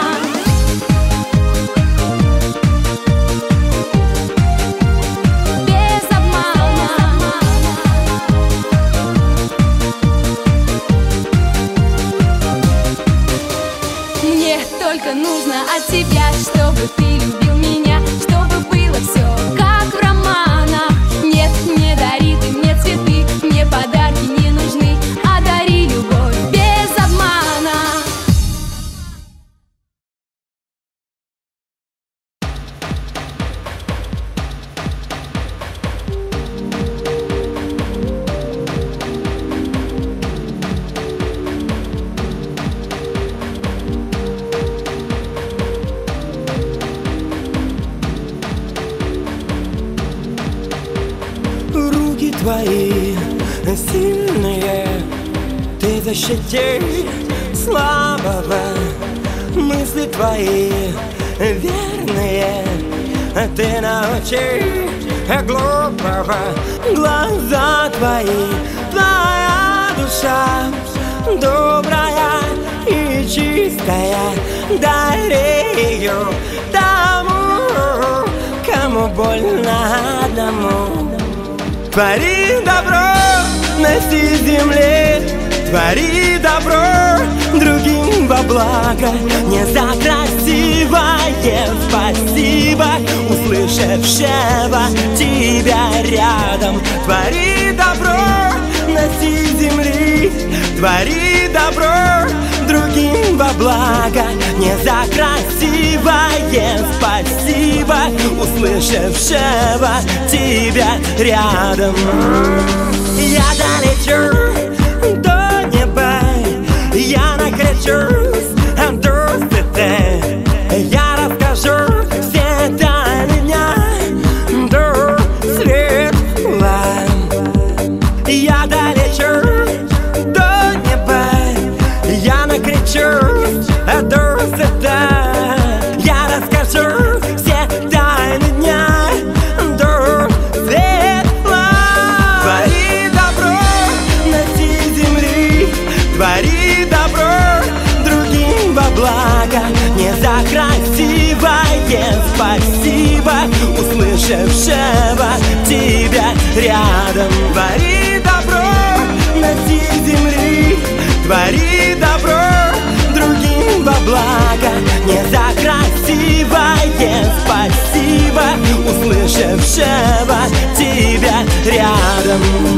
Без обмана. Мне только нужно от тебя, чтобы ты любил меня, чтобы было все как в романах. Нет, не дари ты мне цветы, мне подарки не нужны, а дари любовь без обмана. Твои сильные, ты защити слабого. Мысли твои верные, ты научи глупого. Глаза твои, твоя душа добрая, и чистая. Дари ее тому, кому больно одному. Твори добро на всей земле, твори добро другим во благо. Не за красивое спасибо услышавшего тебя рядом. Твори добро на всей земле, твори добро другим во благо. Не за красивое спасибо услышавшего тебя рядом. Я долечу до неба, я накричусь до света. Я расскажу все тайны дня до светла. Я долечу до неба, я накричусь до света. Я расскажу все тайны дня до светла. Твори добро на всей земле, твори добро другим во благо. Не за красивое спасибо услышавшего тебя рядом. Твори добро на всей земле, твори добро другим во благо. Не за красивое спасибо услышавшего тебя рядом.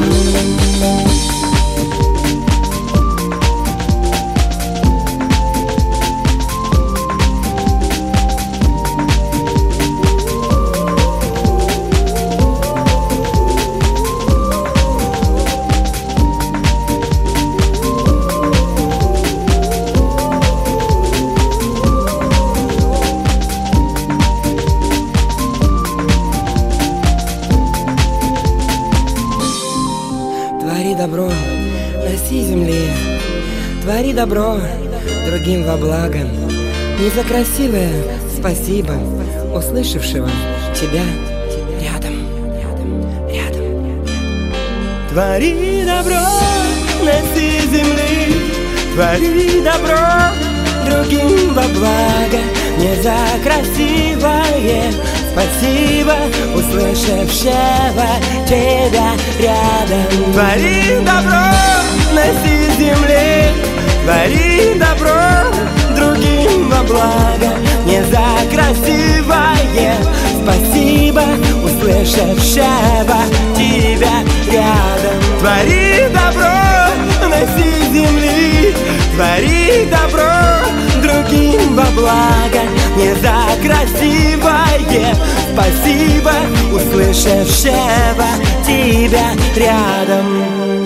Добро на всей земле, твори добро другим во благо. Не за красивое спасибо услышавшего тебя рядом, рядом, рядом. Твори добро на всей земле, твори добро другим во благо. Не за красивое спасибо услышавшего тебя рядом. Твори добро на всей земле, твори добро другим во благо. Не за красивое спасибо услышавшего тебя рядом. Твори добро на всей земле, твори добро другим во благо. Не за красивое спасибо услышавшего тебя рядом.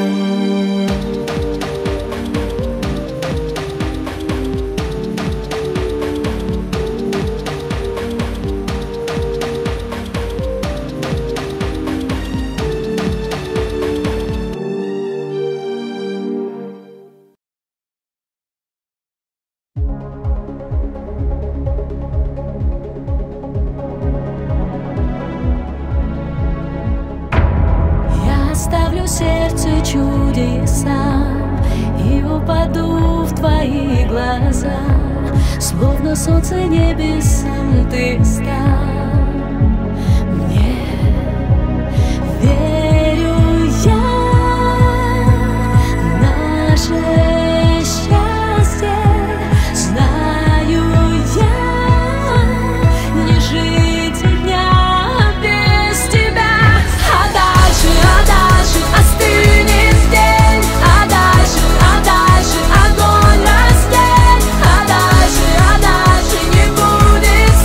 Оставлю сердце чудеса и упаду в твои глаза, словно солнце небесам ты стал. Мне верю я, наше счастье знаю я, не жить дня без тебя. А дальше, а дальше остынет день, а дальше, а дальше огонь растет, а дальше, а дальше не будет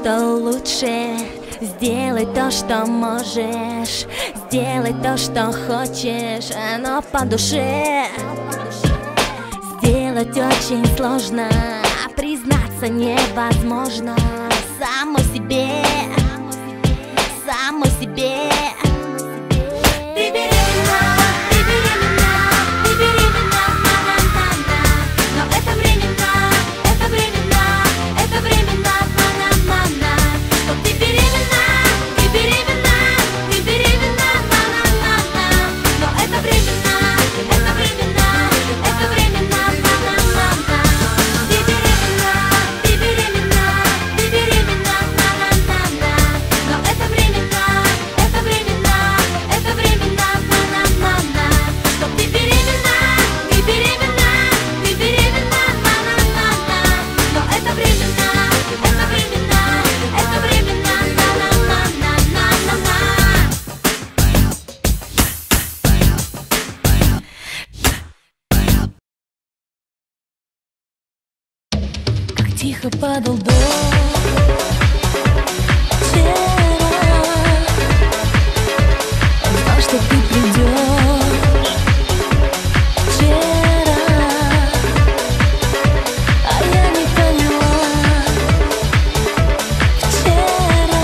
что лучше. Сделай то, что можешь, сделай то, что хочешь, оно по душе. Сделать очень сложно, признаться невозможно. Самой себе, самой себе. Ты беременна, ты беременна, ты беременна, на-на-на-на. Но это временно, это временно, это временно, на-на-на-на. Что ты беременна, ты беременна, ты беременна, на-на-на-на. Но это временно, это временно, это временно, на-на-на-на. Ты беременна, ты беременна, ты беременна, на-на-на-на. Но это временно, это временно, это временно, на-на-на-на. Что ты беременна, ты беременна, ты беременна, на-на-на-на. Но это временно, это временно, это временно, на-на-на-на-на-на. Как тихо падал дождь вчера, он знал, что ты придешь вчера, а я не поняла вчера,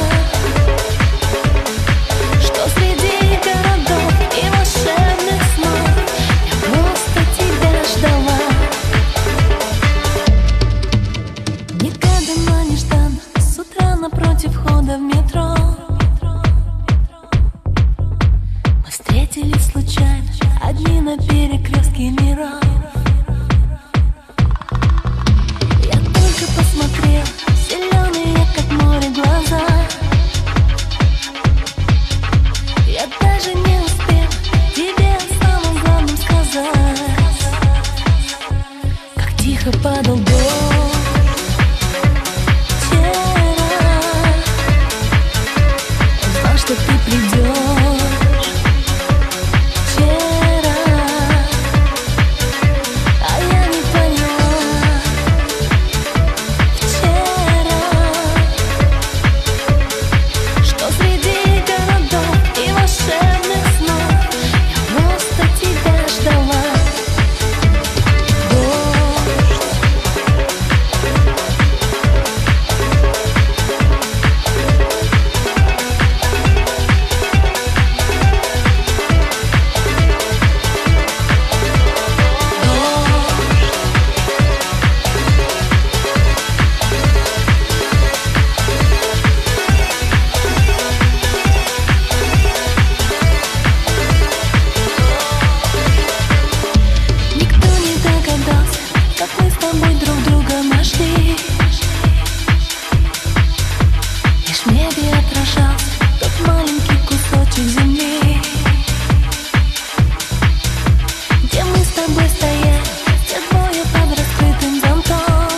что среди городов и волшебных снов я просто тебя ждала. Никогда не ждан, с утра напротив входа в метро мы встретились случайно, одни на перекрестке миров. Я только посмотрел, зеленые, как море, глаза. Я даже не успел тебе о самом главном сказать. Как тихо падал дождь вчера, он знал, что ты придешь вчера, а я не поняла вчера, что среди городов и волшебных снов я просто тебя ждала. Никто не догадался, как мы с тобой друг друга нашли. Лишь в небе отражался тот маленький кусочек земли, где мы с тобой стояли, все двое под раскрытым зонтом,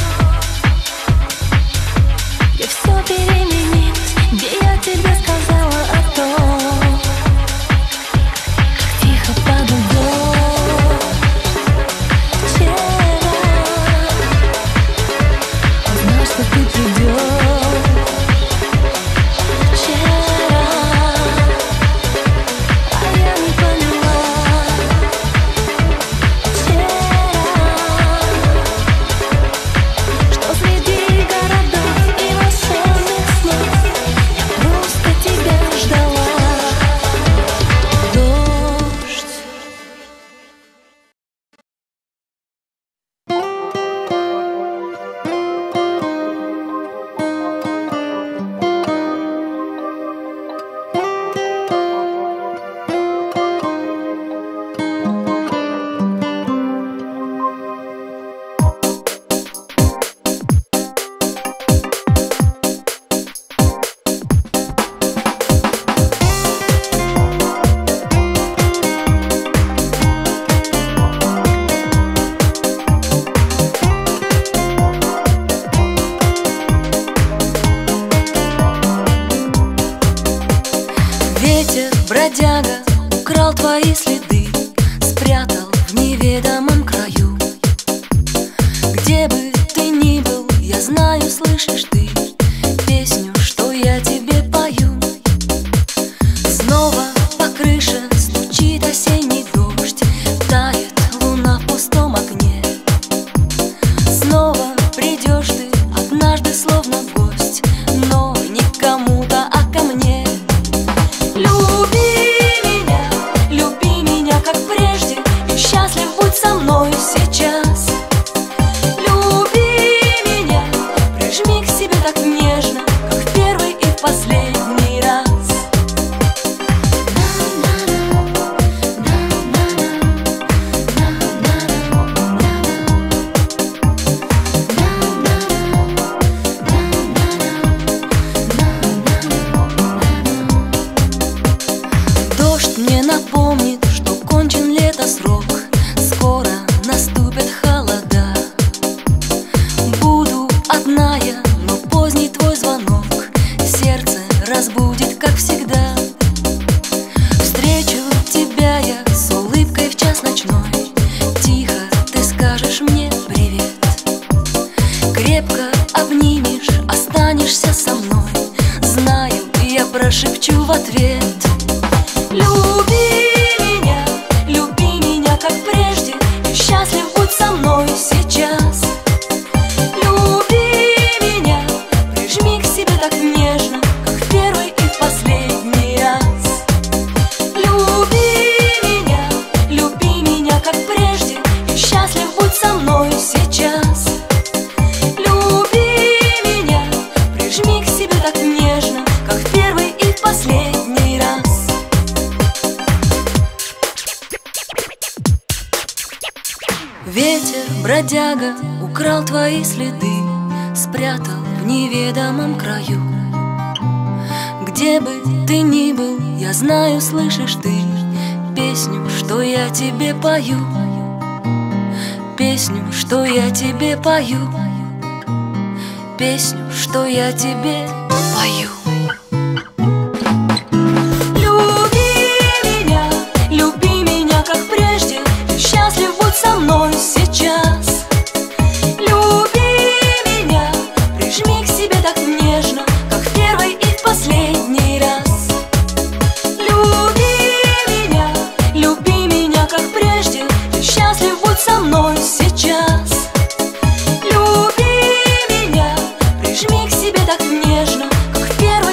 где все переменилось, где я тебе сказала о том. Как тихо падал дождь вчера, он знал, что ты придешь вчера, а я не поняла вчера, что среди городов и волшебных снов я просто тебя ждала. Дождь. Ветер, бродяга, украл твои следы, спрятал в неведомом краю. Где бы ты ни был, я знаю, слышишь ты ко мне. Люби меня, люби меня, как прежде, и счастлив будь со мной сейчас. Люби меня, прижми к себе так нежно, как в первый и в последний раз. Дождь мне напомнит, что кончен лето срок, скоро наступят холода. Буду одна я, но поздний твой звонок сердце разбудит, как всегда. Встречу тебя я с улыбкой в час ночной, тихо ты скажешь мне привет. Крепко обнимешь, останешься со мной, знаю, я прошепчу в ответ. Люби меня, люби меня, как прежде, и счастлив будь со мной сейчас. Люби меня, прижми к себе так нежно, как в первый и в последний раз. Люби меня, люби меня, как прежде, и счастлив будь со мной сейчас. Люби меня, прижми к себе так нежно, как в первый и в последний раз. Ветер, бродяга, украл твои следы, спрятал в неведомом краю. Где бы ты ни был, я знаю, слышишь ты песню, что я тебе пою. Песню, что я тебе пою. Песню, что я тебе пою. Со мной сейчас. Люби меня, прижми к себе так нежно, как в первый и в последний раз. Люби меня, люби меня, как прежде, и счастлив будь со мной сейчас. Люби меня, прижми к себе так нежно, как в первый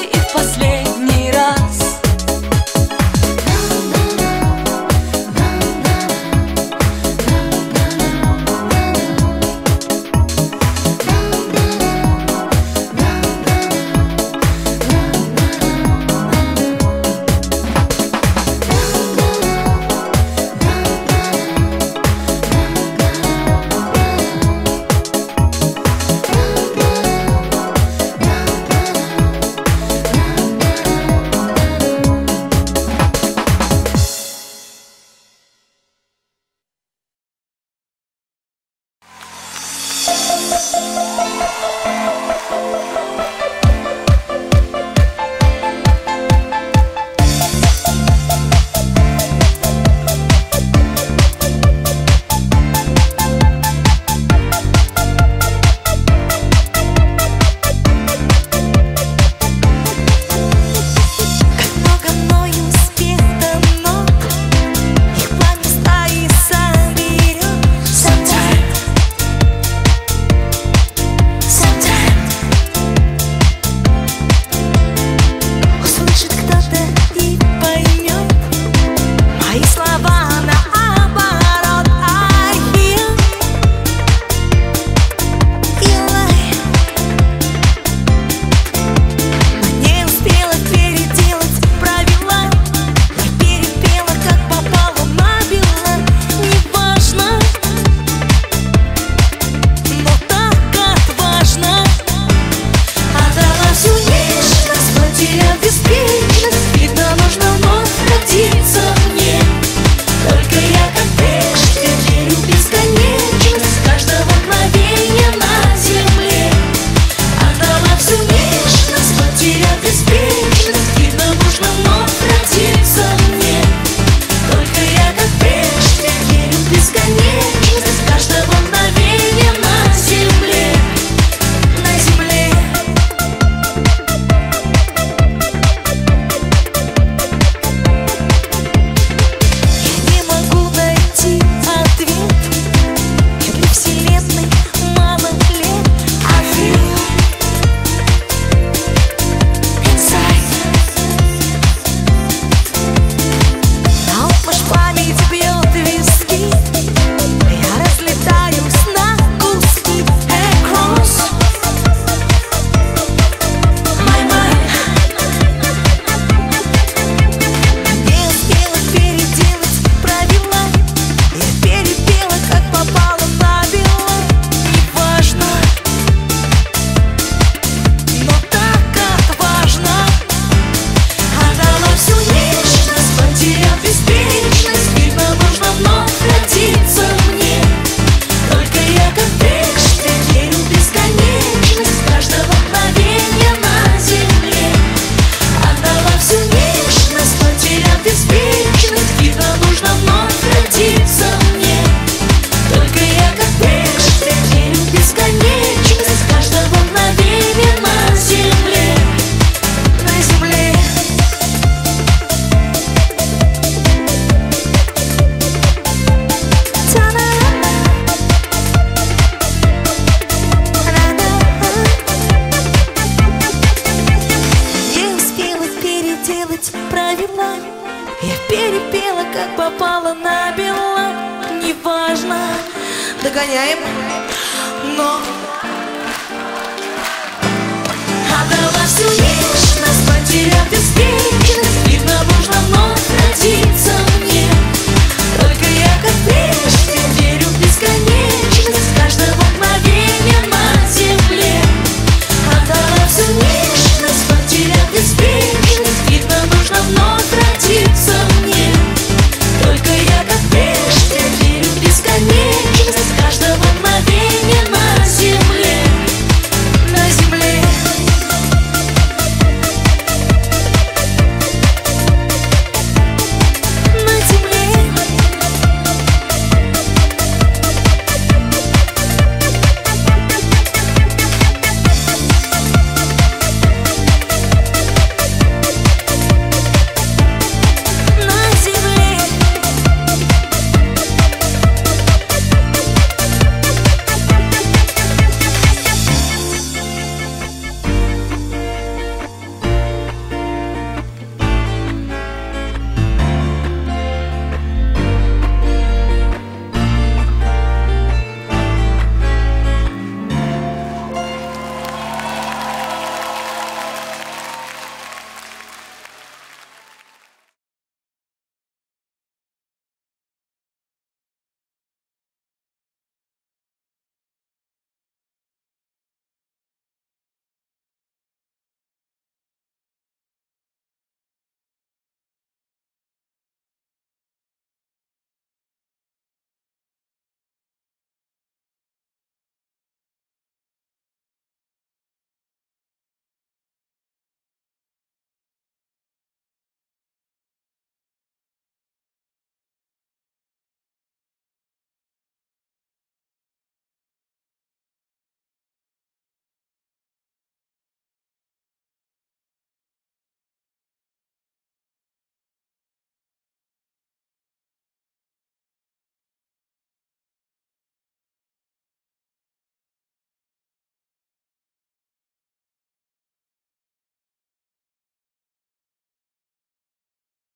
делать правила. Я перепела, как попала на бела. Неважно, догоняем, но отдала всю нежность, потеряв вес.